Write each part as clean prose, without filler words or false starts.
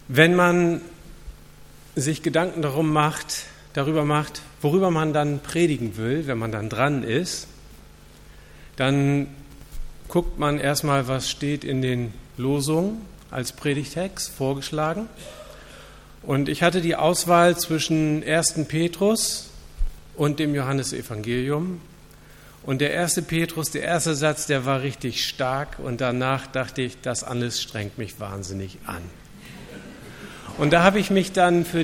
Wenn man sich Gedanken darüber macht, worüber man dann predigen will, wenn man dann dran ist, dann guckt man erstmal, was steht in den Losungen als Predigtext vorgeschlagen. Und ich hatte die Auswahl zwischen 1. Petrus und dem Johannesevangelium. Und der 1. Petrus, der erste Satz, der war richtig stark. Und danach dachte ich, das alles strengt mich wahnsinnig an. Und da habe ich mich dann für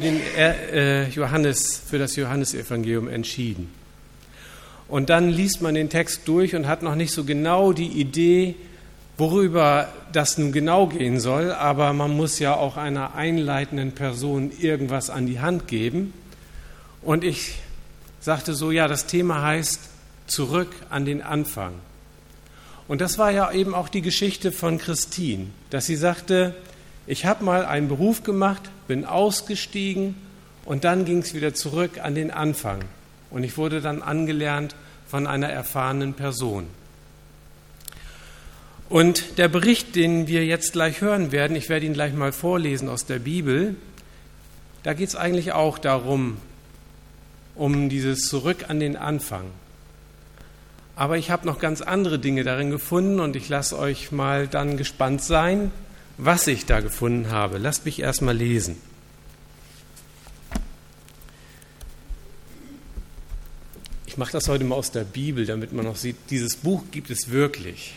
das Johannesevangelium entschieden. Und dann liest man den Text durch und hat noch nicht so genau die Idee, worüber das nun genau gehen soll, aber man muss ja auch einer einleitenden Person irgendwas an die Hand geben. Und ich sagte so, ja, das Thema heißt Zurück an den Anfang. Und das war ja eben auch die Geschichte von Christine, dass sie sagte, ich habe mal einen Beruf gemacht, bin ausgestiegen und dann ging es wieder zurück an den Anfang. Und ich wurde dann angelernt von einer erfahrenen Person. Und der Bericht, den wir jetzt gleich hören werden, ich werde ihn gleich mal vorlesen aus der Bibel, da geht es eigentlich auch darum, um dieses Zurück an den Anfang. Aber ich habe noch ganz andere Dinge darin gefunden und ich lasse euch mal dann gespannt sein, was ich da gefunden habe. Lasst mich erst mal lesen. Ich mache das heute mal aus der Bibel, damit man noch sieht, dieses Buch gibt es wirklich.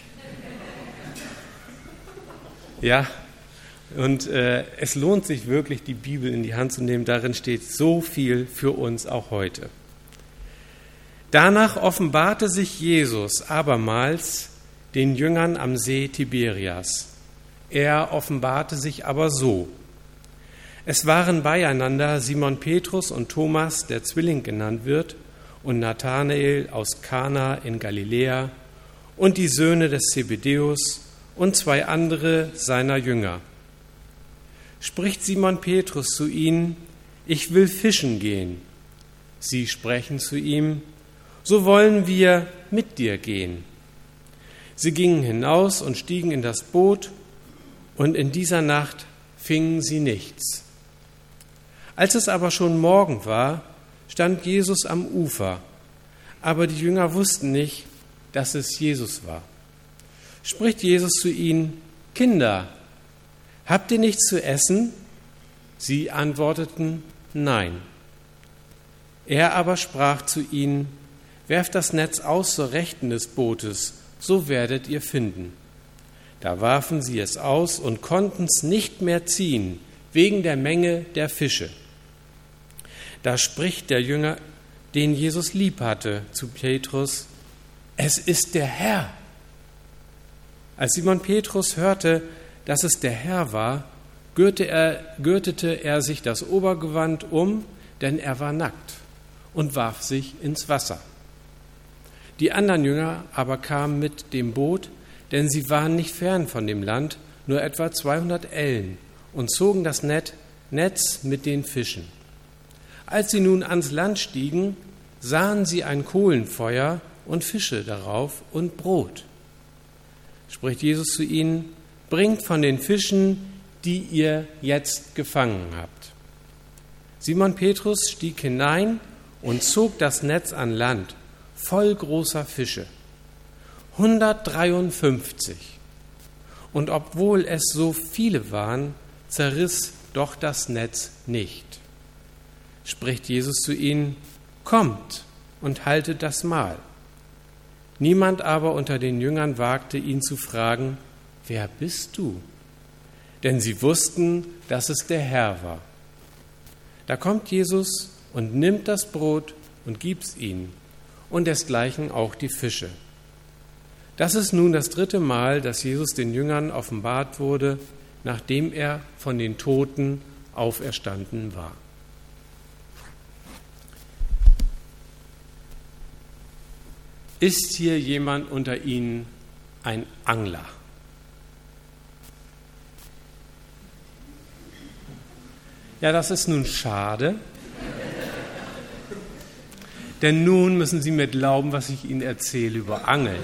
Ja, und es lohnt sich wirklich, die Bibel in die Hand zu nehmen. Darin steht so viel für uns auch heute. Danach offenbarte sich Jesus abermals den Jüngern am See Tiberias. Er offenbarte sich aber so. Es waren beieinander Simon Petrus und Thomas, der Zwilling genannt wird, und Nathanael aus Kana in Galiläa und die Söhne des Zebedäus und zwei andere seiner Jünger. Spricht Simon Petrus zu ihnen, ich will fischen gehen. Sie sprechen zu ihm, so wollen wir mit dir gehen. Sie gingen hinaus und stiegen in das Boot, und in dieser Nacht fingen sie nichts. Als es aber schon Morgen war, stand Jesus am Ufer, aber die Jünger wussten nicht, dass es Jesus war. Spricht Jesus zu ihnen, Kinder, habt ihr nichts zu essen? Sie antworteten, nein. Er aber sprach zu ihnen, werft das Netz aus zur Rechten des Bootes, so werdet ihr finden. Da warfen sie es aus und konnten es nicht mehr ziehen, wegen der Menge der Fische. Da spricht der Jünger, den Jesus lieb hatte, zu Petrus, es ist der Herr. Als Simon Petrus hörte, dass es der Herr war, gürtete er sich das Obergewand um, denn er war nackt, und warf sich ins Wasser. Die anderen Jünger aber kamen mit dem Boot, denn sie waren nicht fern von dem Land, nur etwa 200 Ellen, und zogen das Netz mit den Fischen. Als sie nun ans Land stiegen, sahen sie ein Kohlenfeuer und Fische darauf und Brot. Spricht Jesus zu ihnen, bringt von den Fischen, die ihr jetzt gefangen habt. Simon Petrus stieg hinein und zog das Netz an Land, voll großer Fische, 153. Und obwohl es so viele waren, zerriss doch das Netz nicht. Spricht Jesus zu ihnen, kommt und haltet das Mahl. Niemand aber unter den Jüngern wagte ihn zu fragen, wer bist du? Denn sie wussten, dass es der Herr war. Da kommt Jesus und nimmt das Brot und gibt's ihnen und desgleichen auch die Fische. Das ist nun das 3. Mal, dass Jesus den Jüngern offenbart wurde, nachdem er von den Toten auferstanden war. Ist hier jemand unter Ihnen ein Angler? Ja, das ist nun schade, denn nun müssen Sie mir glauben, was ich Ihnen erzähle über Angeln.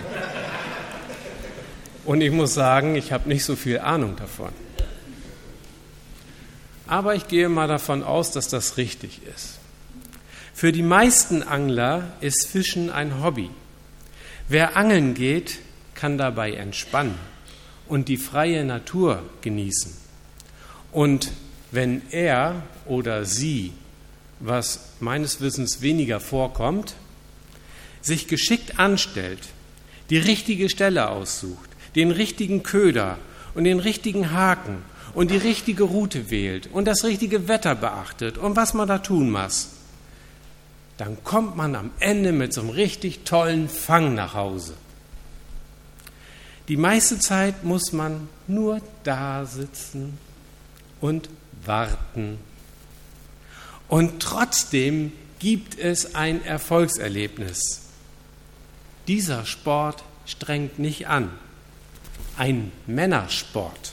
Und ich muss sagen, ich habe nicht so viel Ahnung davon. Aber ich gehe mal davon aus, dass das richtig ist. Für die meisten Angler ist Fischen ein Hobby. Wer angeln geht, kann dabei entspannen und die freie Natur genießen. Und wenn er oder sie, was meines Wissens weniger vorkommt, sich geschickt anstellt, die richtige Stelle aussucht, den richtigen Köder und den richtigen Haken und die richtige Route wählt und das richtige Wetter beachtet und was man da tun muss, dann kommt man am Ende mit so einem richtig tollen Fang nach Hause. Die meiste Zeit muss man nur da sitzen und warten. Und trotzdem gibt es ein Erfolgserlebnis. Dieser Sport strengt nicht an. Ein Männersport.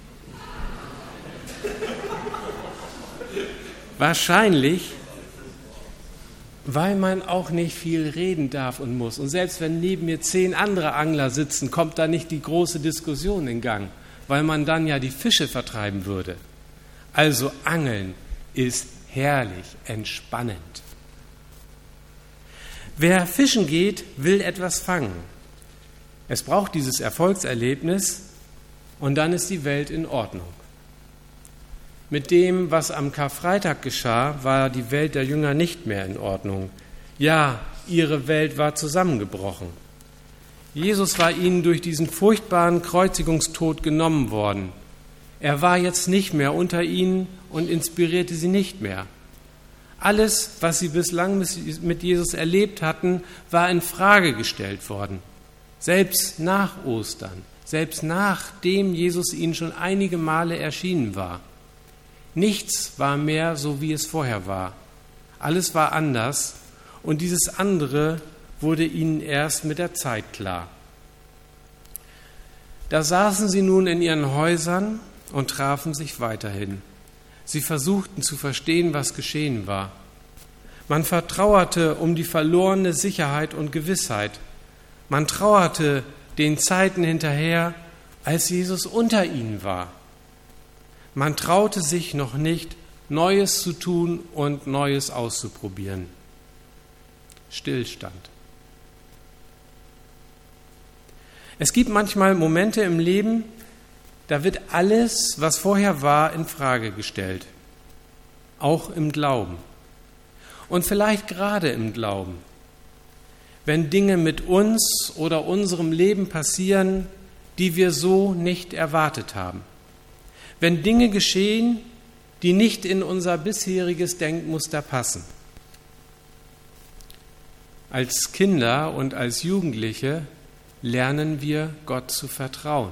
Wahrscheinlich, weil man auch nicht viel reden darf und muss. Und selbst wenn neben mir 10 andere Angler sitzen, kommt da nicht die große Diskussion in Gang, weil man dann ja die Fische vertreiben würde. Also Angeln ist herrlich, entspannend. Wer fischen geht, will etwas fangen. Es braucht dieses Erfolgserlebnis und dann ist die Welt in Ordnung. Mit dem, was am Karfreitag geschah, war die Welt der Jünger nicht mehr in Ordnung. Ja, ihre Welt war zusammengebrochen. Jesus war ihnen durch diesen furchtbaren Kreuzigungstod genommen worden. Er war jetzt nicht mehr unter ihnen und inspirierte sie nicht mehr. Alles, was sie bislang mit Jesus erlebt hatten, war in Frage gestellt worden. Selbst nach Ostern, selbst nachdem Jesus ihnen schon einige Male erschienen war. Nichts war mehr so, wie es vorher war. Alles war anders und dieses andere wurde ihnen erst mit der Zeit klar. Da saßen sie nun in ihren Häusern und trafen sich weiterhin. Sie versuchten zu verstehen, was geschehen war. Man vertrauerte um die verlorene Sicherheit und Gewissheit. Man trauerte den Zeiten hinterher, als Jesus unter ihnen war. Man traute sich noch nicht, Neues zu tun und Neues auszuprobieren. Stillstand. Es gibt manchmal Momente im Leben, da wird alles, was vorher war, in Frage gestellt. Auch im Glauben. Und vielleicht gerade im Glauben. Wenn Dinge mit uns oder unserem Leben passieren, die wir so nicht erwartet haben. Wenn Dinge geschehen, die nicht in unser bisheriges Denkmuster passen. Als Kinder und als Jugendliche lernen wir, Gott zu vertrauen.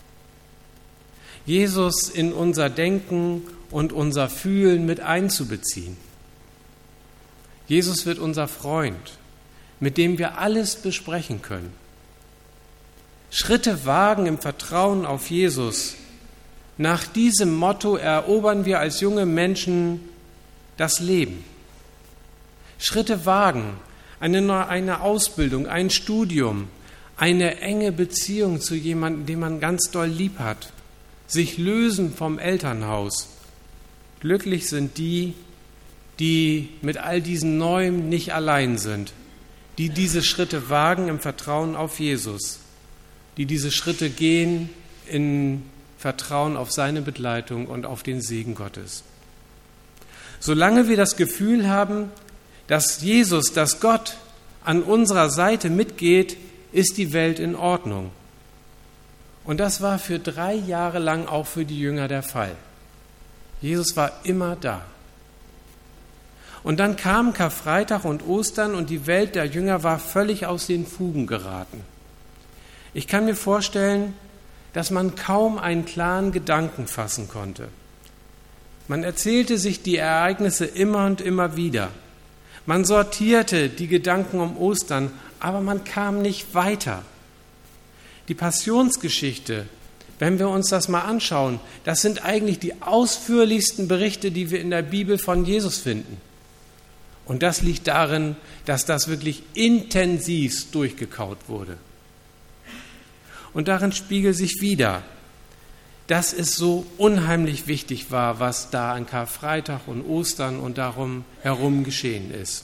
Jesus in unser Denken und unser Fühlen mit einzubeziehen. Jesus wird unser Freund, mit dem wir alles besprechen können. Schritte wagen im Vertrauen auf Jesus. Nach diesem Motto erobern wir als junge Menschen das Leben. Schritte wagen, eine Ausbildung, ein Studium, eine enge Beziehung zu jemandem, den man ganz doll lieb hat, sich lösen vom Elternhaus. Glücklich sind die, die mit all diesen Neuem nicht allein sind, die diese Schritte wagen im Vertrauen auf Jesus, die diese Schritte gehen in Vertrauen auf seine Begleitung und auf den Segen Gottes. Solange wir das Gefühl haben, dass Jesus, dass Gott an unserer Seite mitgeht, ist die Welt in Ordnung. Und das war für 3 Jahre lang auch für die Jünger der Fall. Jesus war immer da. Und dann kamen Karfreitag und Ostern und die Welt der Jünger war völlig aus den Fugen geraten. Ich kann mir vorstellen, dass man kaum einen klaren Gedanken fassen konnte. Man erzählte sich die Ereignisse immer und immer wieder. Man sortierte die Gedanken um Ostern, aber man kam nicht weiter. Die Passionsgeschichte, wenn wir uns das mal anschauen, das sind eigentlich die ausführlichsten Berichte, die wir in der Bibel von Jesus finden. Und das liegt darin, dass das wirklich intensiv durchgekaut wurde. Und darin spiegelt sich wieder, dass es so unheimlich wichtig war, was da an Karfreitag und Ostern und darum herum geschehen ist.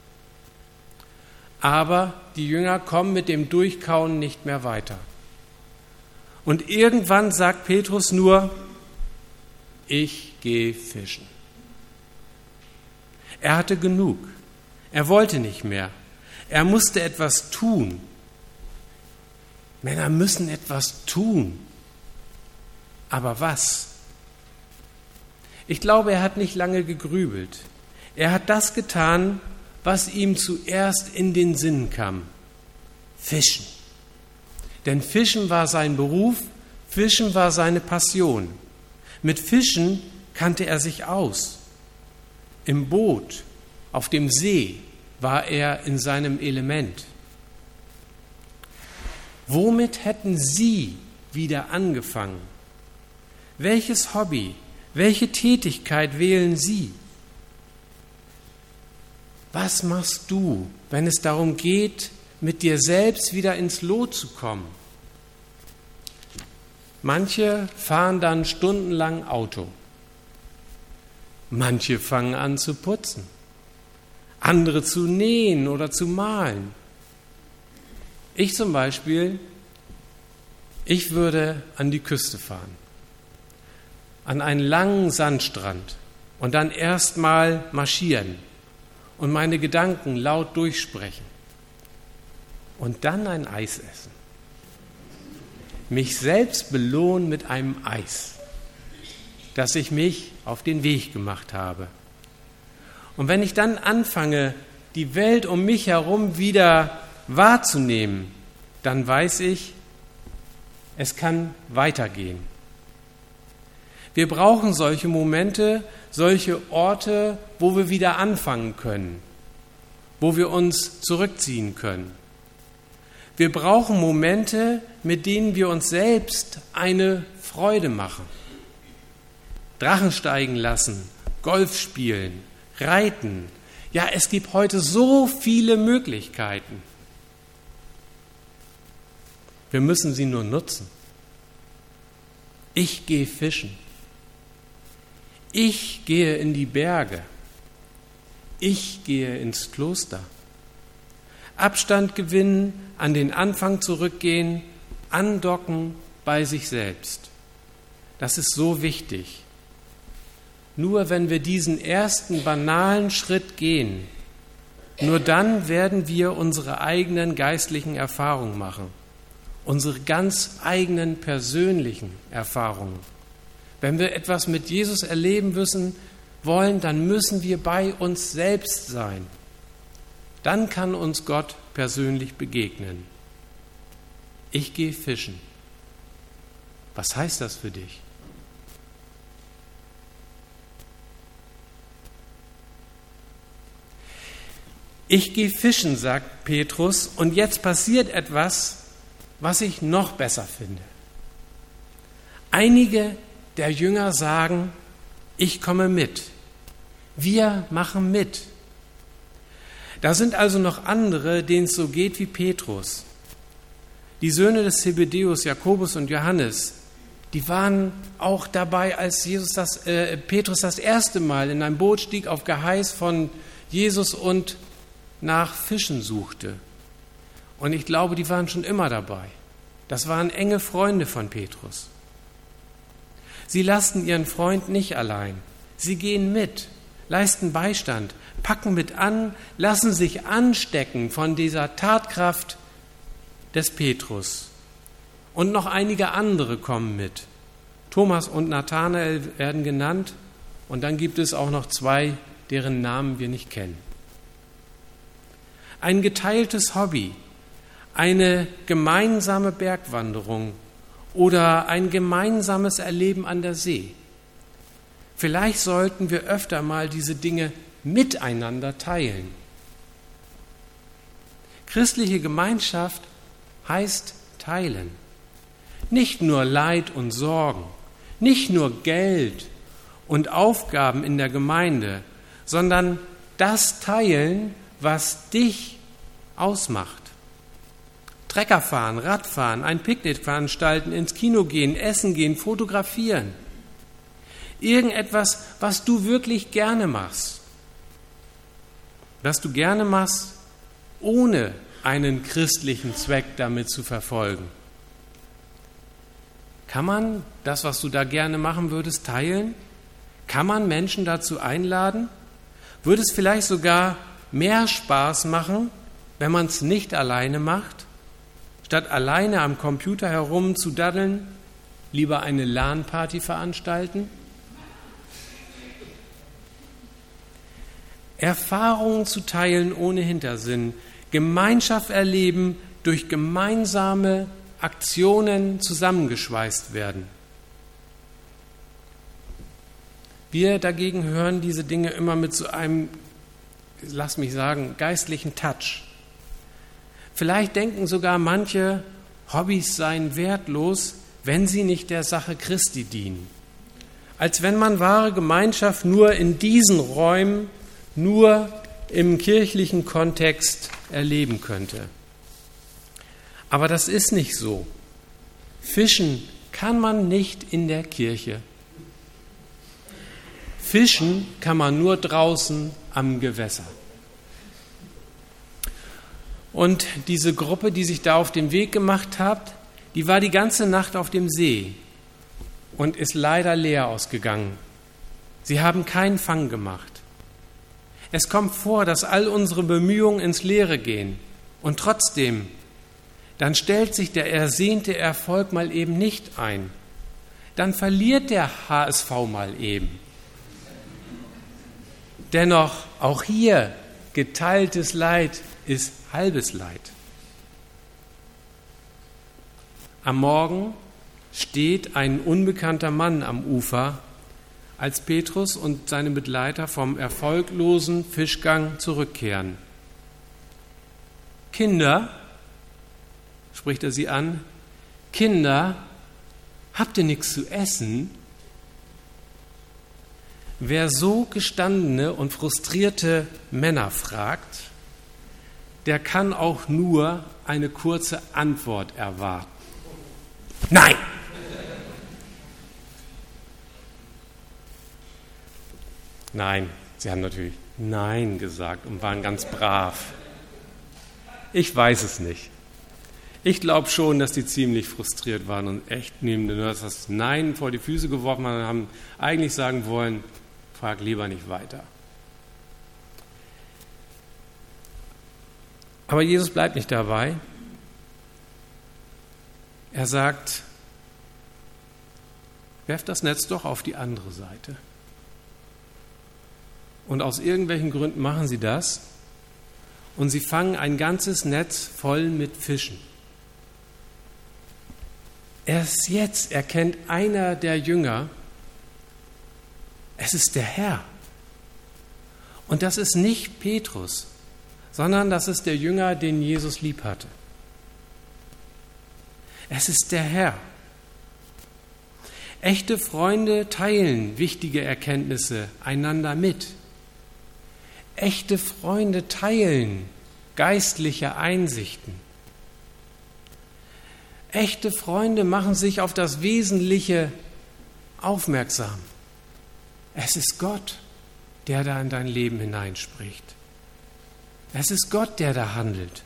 Aber die Jünger kommen mit dem Durchkauen nicht mehr weiter. Und irgendwann sagt Petrus nur, ich gehe fischen. Er hatte genug. Er wollte nicht mehr. Er musste etwas tun. Männer müssen etwas tun. Aber was? Ich glaube, er hat nicht lange gegrübelt. Er hat das getan, was ihm zuerst in den Sinn kam. Fischen. Denn Fischen war sein Beruf, Fischen war seine Passion. Mit Fischen kannte er sich aus. Im Boot, auf dem See war er in seinem Element. Womit hätten Sie wieder angefangen? Welches Hobby, welche Tätigkeit wählen Sie? Was machst du, wenn es darum geht, mit dir selbst wieder ins Lot zu kommen? Manche fahren dann stundenlang Auto. Manche fangen an zu putzen. Andere zu nähen oder zu malen. Ich zum Beispiel, ich würde an die Küste fahren. An einen langen Sandstrand und dann erstmal marschieren und meine Gedanken laut durchsprechen und dann ein Eis essen. Mich selbst belohnen mit einem Eis, dass ich mich auf den Weg gemacht habe. Und wenn ich dann anfange, die Welt um mich herum wieder wahrzunehmen, dann weiß ich, es kann weitergehen. Wir brauchen solche Momente, solche Orte, wo wir wieder anfangen können, wo wir uns zurückziehen können. Wir brauchen Momente, mit denen wir uns selbst eine Freude machen. Drachen steigen lassen, Golf spielen, reiten. Ja, es gibt heute so viele Möglichkeiten. Wir müssen sie nur nutzen. Ich gehe fischen. Ich gehe in die Berge. Ich gehe ins Kloster. Abstand gewinnen, an den Anfang zurückgehen, andocken bei sich selbst. Das ist so wichtig. Nur wenn wir diesen ersten banalen Schritt gehen, nur dann werden wir unsere eigenen geistlichen Erfahrungen machen, unsere ganz eigenen persönlichen Erfahrungen. Wenn wir etwas mit Jesus erleben wollen, dann müssen wir bei uns selbst sein. Dann kann uns Gott persönlich begegnen. Ich gehe fischen. Was heißt das für dich? Ich gehe fischen, sagt Petrus, und jetzt passiert etwas, was ich noch besser finde. Einige der Jünger sagen, ich komme mit. Wir machen mit. Da sind also noch andere, denen es so geht wie Petrus. Die Söhne des Zebedäus, Jakobus und Johannes, die waren auch dabei, als Petrus das erste Mal in ein Boot stieg auf Geheiß von Jesus und nach Fischen suchte. Und ich glaube, die waren schon immer dabei. Das waren enge Freunde von Petrus. Sie lassen ihren Freund nicht allein. Sie gehen mit, leisten Beistand, packen mit an, lassen sich anstecken von dieser Tatkraft des Petrus. Und noch einige andere kommen mit. Thomas und Nathanael werden genannt und dann gibt es auch noch zwei, deren Namen wir nicht kennen. Ein geteiltes Hobby, eine gemeinsame Bergwanderung oder ein gemeinsames Erleben an der See. Vielleicht sollten wir öfter mal diese Dinge miteinander teilen. Christliche Gemeinschaft heißt teilen. Nicht nur Leid und Sorgen, nicht nur Geld und Aufgaben in der Gemeinde, sondern das teilen, was dich ausmacht. Trecker fahren, Radfahren, ein Picknick veranstalten, ins Kino gehen, essen gehen, fotografieren. Irgendetwas, was du wirklich gerne machst. Was du gerne machst, ohne einen christlichen Zweck damit zu verfolgen. Kann man das, was du da gerne machen würdest, teilen? Kann man Menschen dazu einladen? Würde es vielleicht sogar mehr Spaß machen, wenn man es nicht alleine macht? Statt alleine am Computer herum zu daddeln, lieber eine LAN-Party veranstalten? Erfahrungen zu teilen ohne Hintersinn, Gemeinschaft erleben, durch gemeinsame Aktionen zusammengeschweißt werden. Wir dagegen hören diese Dinge immer mit so einem, lass mich sagen, geistlichen Touch. Vielleicht denken sogar manche, Hobbys seien wertlos, wenn sie nicht der Sache Christi dienen. Als wenn man wahre Gemeinschaft nur in diesen Räumen, nur im kirchlichen Kontext erleben könnte. Aber das ist nicht so. Fischen kann man nicht in der Kirche. Fischen kann man nur draußen am Gewässer. Und diese Gruppe, die sich da auf den Weg gemacht hat, die war die ganze Nacht auf dem See und ist leider leer ausgegangen. Sie haben keinen Fang gemacht. Es kommt vor, dass all unsere Bemühungen ins Leere gehen. Und trotzdem, dann stellt sich der ersehnte Erfolg mal eben nicht ein. Dann verliert der HSV mal eben. Dennoch, auch hier, geteiltes Leid ist halbes Leid. Am Morgen steht ein unbekannter Mann am Ufer, als Petrus und seine Begleiter vom erfolglosen Fischgang zurückkehren. Kinder, spricht er sie an, Kinder, habt ihr nichts zu essen? Wer so gestandene und frustrierte Männer fragt, der kann auch nur eine kurze Antwort erwarten. Nein! Nein, sie haben natürlich Nein gesagt und waren ganz brav. Ich weiß es nicht. Ich glaube schon, dass die ziemlich frustriert waren und echt neben das Nein vor die Füße geworfen haben und haben eigentlich sagen wollen, frag lieber nicht weiter. Aber Jesus bleibt nicht dabei. Er sagt, werft das Netz doch auf die andere Seite. Und aus irgendwelchen Gründen machen sie das und sie fangen ein ganzes Netz voll mit Fischen. Erst jetzt erkennt einer der Jünger, es ist der Herr. Und das ist nicht Petrus, sondern das ist der Jünger, den Jesus lieb hatte. Es ist der Herr. Echte Freunde teilen wichtige Erkenntnisse einander mit. Echte Freunde teilen geistliche Einsichten. Echte Freunde machen sich auf das Wesentliche aufmerksam. Es ist Gott, der da in dein Leben hineinspricht. Es ist Gott, der da handelt.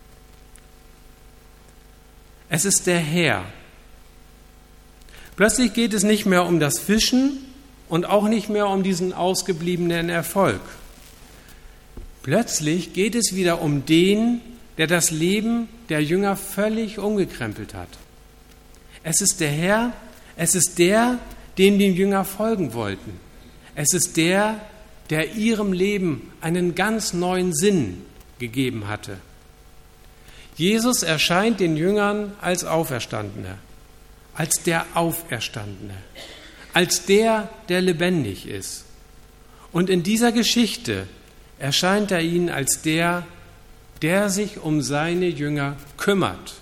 Es ist der Herr. Plötzlich geht es nicht mehr um das Fischen und auch nicht mehr um diesen ausgebliebenen Erfolg. Plötzlich geht es wieder um den, der das Leben der Jünger völlig umgekrempelt hat. Es ist der Herr, es ist der, dem die Jünger folgen wollten. Es ist der, der ihrem Leben einen ganz neuen Sinn gegeben hatte. Jesus erscheint den Jüngern als Auferstandener, als der Auferstandene, als der, der lebendig ist. Und in dieser Geschichte erscheint er ihnen als der, der sich um seine Jünger kümmert.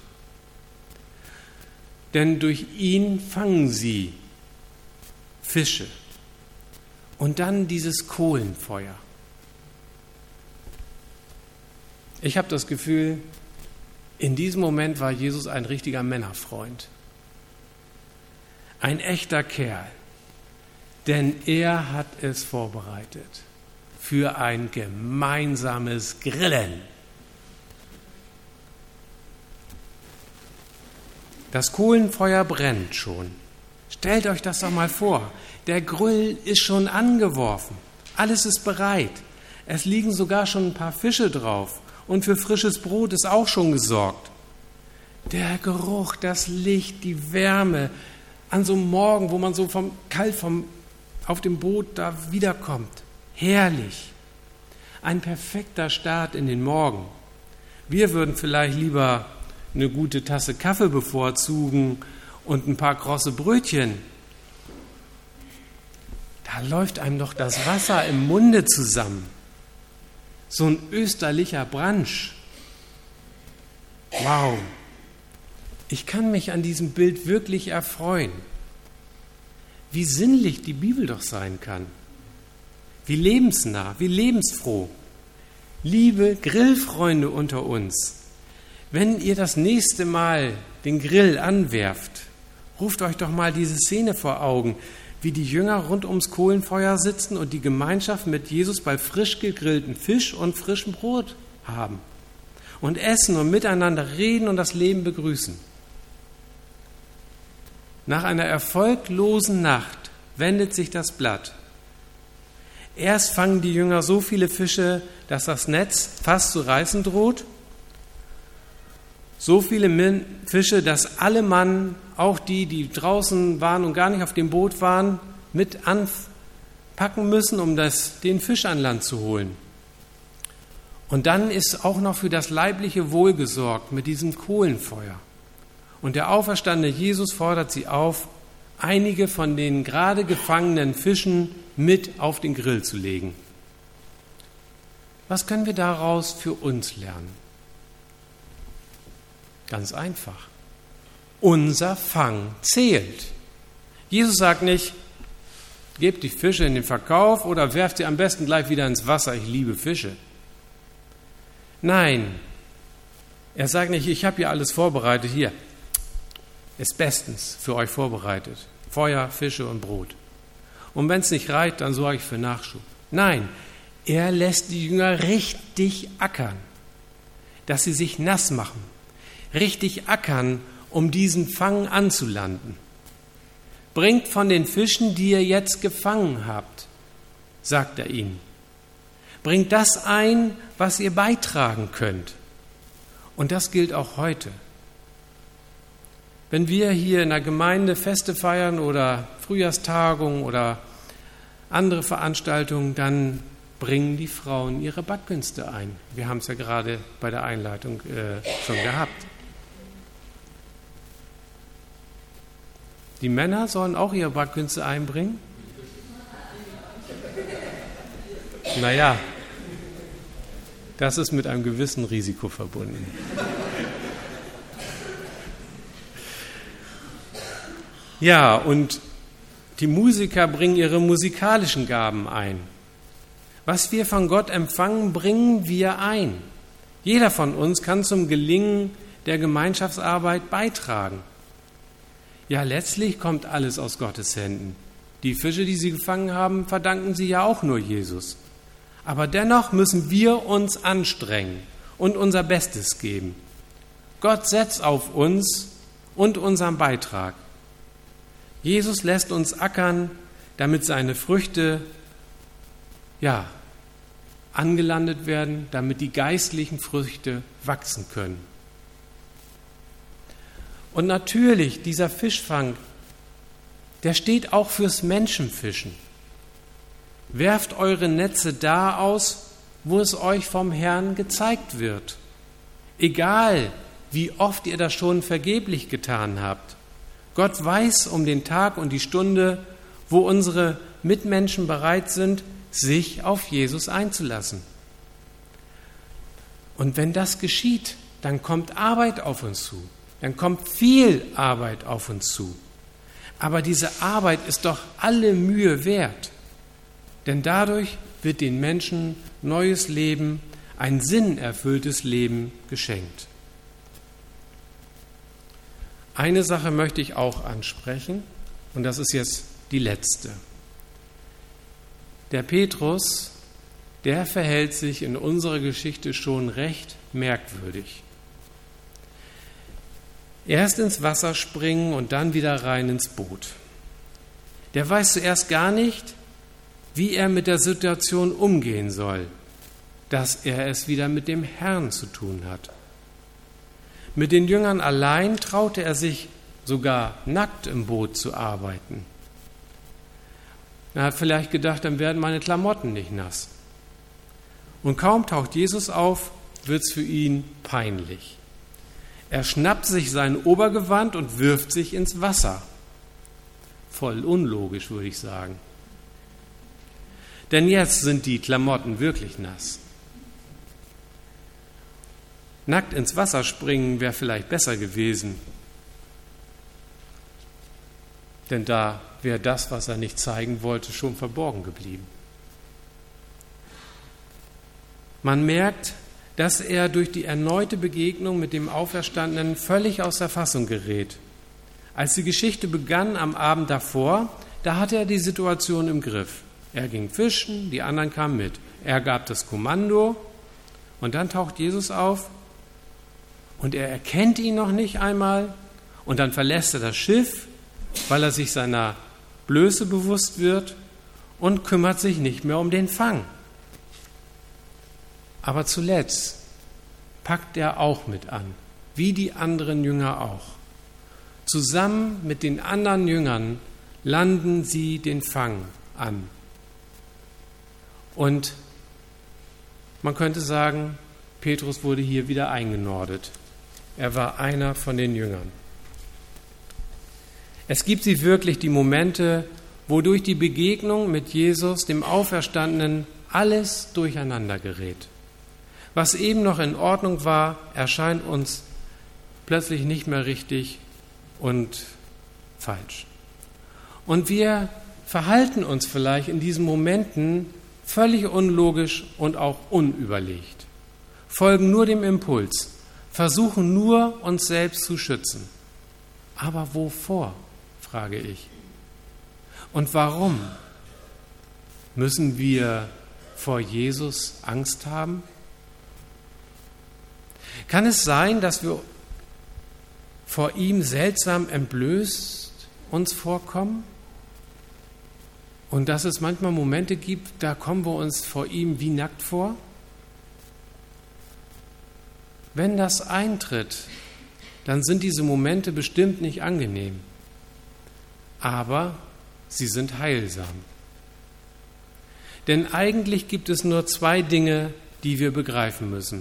Denn durch ihn fangen sie Fische und dann dieses Kohlenfeuer. Ich habe das Gefühl, In diesem Moment war Jesus ein richtiger Männerfreund. Ein echter Kerl. Denn er hat es vorbereitet für ein gemeinsames Grillen. Das Kohlenfeuer brennt schon. Stellt euch das doch mal vor. Der Grill ist schon angeworfen. Alles ist bereit. Es liegen sogar schon ein paar Fische drauf. Und für frisches Brot ist auch schon gesorgt. Der Geruch, das Licht, die Wärme an so einem Morgen, wo man so kalt auf dem Boot da wiederkommt. Herrlich. Ein perfekter Start in den Morgen. Wir würden vielleicht lieber eine gute Tasse Kaffee bevorzugen und ein paar krosse Brötchen. Da läuft einem doch das Wasser im Munde zusammen. So ein österlicher Bransch. Wow. Ich kann mich an diesem Bild wirklich erfreuen. Wie sinnlich die Bibel doch sein kann. Wie lebensnah, wie lebensfroh. Liebe Grillfreunde unter uns, wenn ihr das nächste Mal den Grill anwerft, ruft euch doch mal diese Szene vor Augen, wie die Jünger rund ums Kohlenfeuer sitzen und die Gemeinschaft mit Jesus bei frisch gegrillten Fisch und frischem Brot haben und essen und miteinander reden und das Leben begrüßen. Nach einer erfolglosen Nacht wendet sich das Blatt. Erst fangen die Jünger so viele Fische, dass das Netz fast zu reißen droht. So viele Fische, dass alle Mann, auch die draußen waren und gar nicht auf dem Boot waren, mit anpacken müssen, um den Fisch an Land zu holen. Und dann ist auch noch für das leibliche Wohl gesorgt mit diesem Kohlenfeuer. Und der auferstandene Jesus fordert sie auf, einige von den gerade gefangenen Fischen mit auf den Grill zu legen. Was können wir daraus für uns lernen? Ganz einfach. Unser Fang zählt. Jesus sagt nicht, gebt die Fische in den Verkauf oder werft sie am besten gleich wieder ins Wasser, ich liebe Fische. Nein, er sagt nicht, ich habe hier alles vorbereitet, hier, ist bestens für euch vorbereitet. Feuer, Fische und Brot. Und wenn es nicht reicht, dann sorge ich für Nachschub. Nein, er lässt die Jünger richtig ackern, dass sie sich nass machen. Richtig ackern, um diesen Fang anzulanden. Bringt von den Fischen, die ihr jetzt gefangen habt, sagt er ihnen. Bringt das ein, was ihr beitragen könnt. Und das gilt auch heute. Wenn wir hier in der Gemeinde Feste feiern oder Frühjahrstagungen oder andere Veranstaltungen, dann bringen die Frauen ihre Backkünste ein. Wir haben es ja gerade bei der Einleitung schon gehabt. Die Männer sollen auch ihre Backkünste einbringen? Naja, das ist mit einem gewissen Risiko verbunden. Ja, und die Musiker bringen ihre musikalischen Gaben ein. Was wir von Gott empfangen, bringen wir ein. Jeder von uns kann zum Gelingen der Gemeinschaftsarbeit beitragen. Ja, letztlich kommt alles aus Gottes Händen. Die Fische, die sie gefangen haben, verdanken sie ja auch nur Jesus. Aber dennoch müssen wir uns anstrengen und unser Bestes geben. Gott setzt auf uns und unseren Beitrag. Jesus lässt uns ackern, damit seine Früchte angelandet werden, damit die geistlichen Früchte wachsen können. Und natürlich, dieser Fischfang, der steht auch fürs Menschenfischen. Werft eure Netze da aus, wo es euch vom Herrn gezeigt wird. Egal, wie oft ihr das schon vergeblich getan habt. Gott weiß um den Tag und die Stunde, wo unsere Mitmenschen bereit sind, sich auf Jesus einzulassen. Und wenn das geschieht, dann kommt Arbeit auf uns zu. Dann kommt viel Arbeit auf uns zu. Aber diese Arbeit ist doch alle Mühe wert. Denn dadurch wird den Menschen neues Leben, ein sinnerfülltes Leben geschenkt. Eine Sache möchte ich auch ansprechen, und das ist jetzt die letzte. Der Petrus, der verhält sich in unserer Geschichte schon recht merkwürdig. Erst ins Wasser springen und dann wieder rein ins Boot. Der weiß zuerst gar nicht, wie er mit der Situation umgehen soll, dass er es wieder mit dem Herrn zu tun hat. Mit den Jüngern allein traute er sich sogar nackt im Boot zu arbeiten. Er hat vielleicht gedacht, dann werden meine Klamotten nicht nass. Und kaum taucht Jesus auf, wird es für ihn peinlich. Er schnappt sich sein Obergewand und wirft sich ins Wasser. Voll unlogisch, würde ich sagen. Denn jetzt sind die Klamotten wirklich nass. Nackt ins Wasser springen wäre vielleicht besser gewesen. Denn da wäre das, was er nicht zeigen wollte, schon verborgen geblieben. Man merkt, dass er durch die erneute Begegnung mit dem Auferstandenen völlig aus der Fassung gerät. Als die Geschichte begann am Abend davor, da hatte er die Situation im Griff. Er ging fischen, die anderen kamen mit. Er gab das Kommando und dann taucht Jesus auf und er erkennt ihn noch nicht einmal und dann verlässt er das Schiff, weil er sich seiner Blöße bewusst wird und kümmert sich nicht mehr um den Fang. Aber zuletzt packt er auch mit an, wie die anderen Jünger auch. Zusammen mit den anderen Jüngern landen sie den Fang an. Und man könnte sagen, Petrus wurde hier wieder eingenordet. Er war einer von den Jüngern. Es gibt sie wirklich, die Momente, wo durch die Begegnung mit Jesus, dem Auferstandenen, alles durcheinander gerät. Was eben noch in Ordnung war, erscheint uns plötzlich nicht mehr richtig und falsch. Und wir verhalten uns vielleicht in diesen Momenten völlig unlogisch und auch unüberlegt, folgen nur dem Impuls, versuchen nur, uns selbst zu schützen. Aber wovor, frage ich. Und warum müssen wir vor Jesus Angst haben? Kann es sein, dass wir vor ihm seltsam entblößt uns vorkommen? Und dass es manchmal Momente gibt, da kommen wir uns vor ihm wie nackt vor? Wenn das eintritt, dann sind diese Momente bestimmt nicht angenehm. Aber sie sind heilsam. Denn eigentlich gibt es nur zwei Dinge, die wir begreifen müssen.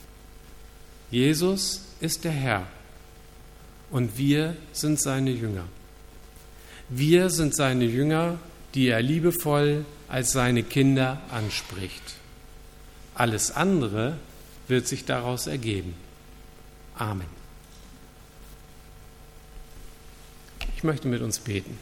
Jesus ist der Herr und wir sind seine Jünger. Wir sind seine Jünger, die er liebevoll als seine Kinder anspricht. Alles andere wird sich daraus ergeben. Amen. Ich möchte mit uns beten.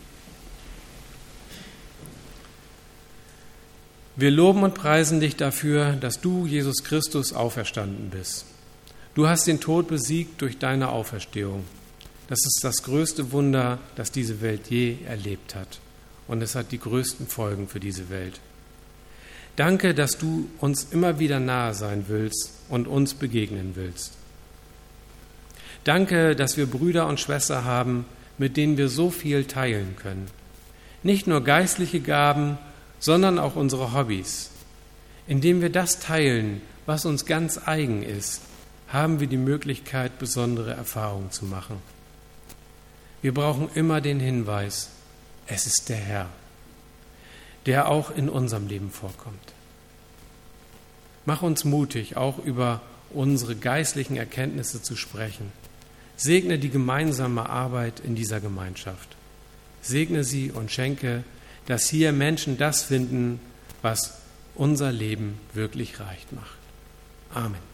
Wir loben und preisen dich dafür, dass du, Jesus Christus, auferstanden bist. Du hast den Tod besiegt durch deine Auferstehung. Das ist das größte Wunder, das diese Welt je erlebt hat. Und es hat die größten Folgen für diese Welt. Danke, dass du uns immer wieder nahe sein willst und uns begegnen willst. Danke, dass wir Brüder und Schwestern haben, mit denen wir so viel teilen können. Nicht nur geistliche Gaben, sondern auch unsere Hobbys. Indem wir das teilen, was uns ganz eigen ist, haben wir die Möglichkeit, besondere Erfahrungen zu machen. Wir brauchen immer den Hinweis, es ist der Herr, der auch in unserem Leben vorkommt. Mach uns mutig, auch über unsere geistlichen Erkenntnisse zu sprechen. Segne die gemeinsame Arbeit in dieser Gemeinschaft. Segne sie und schenke, dass hier Menschen das finden, was unser Leben wirklich reich macht. Amen.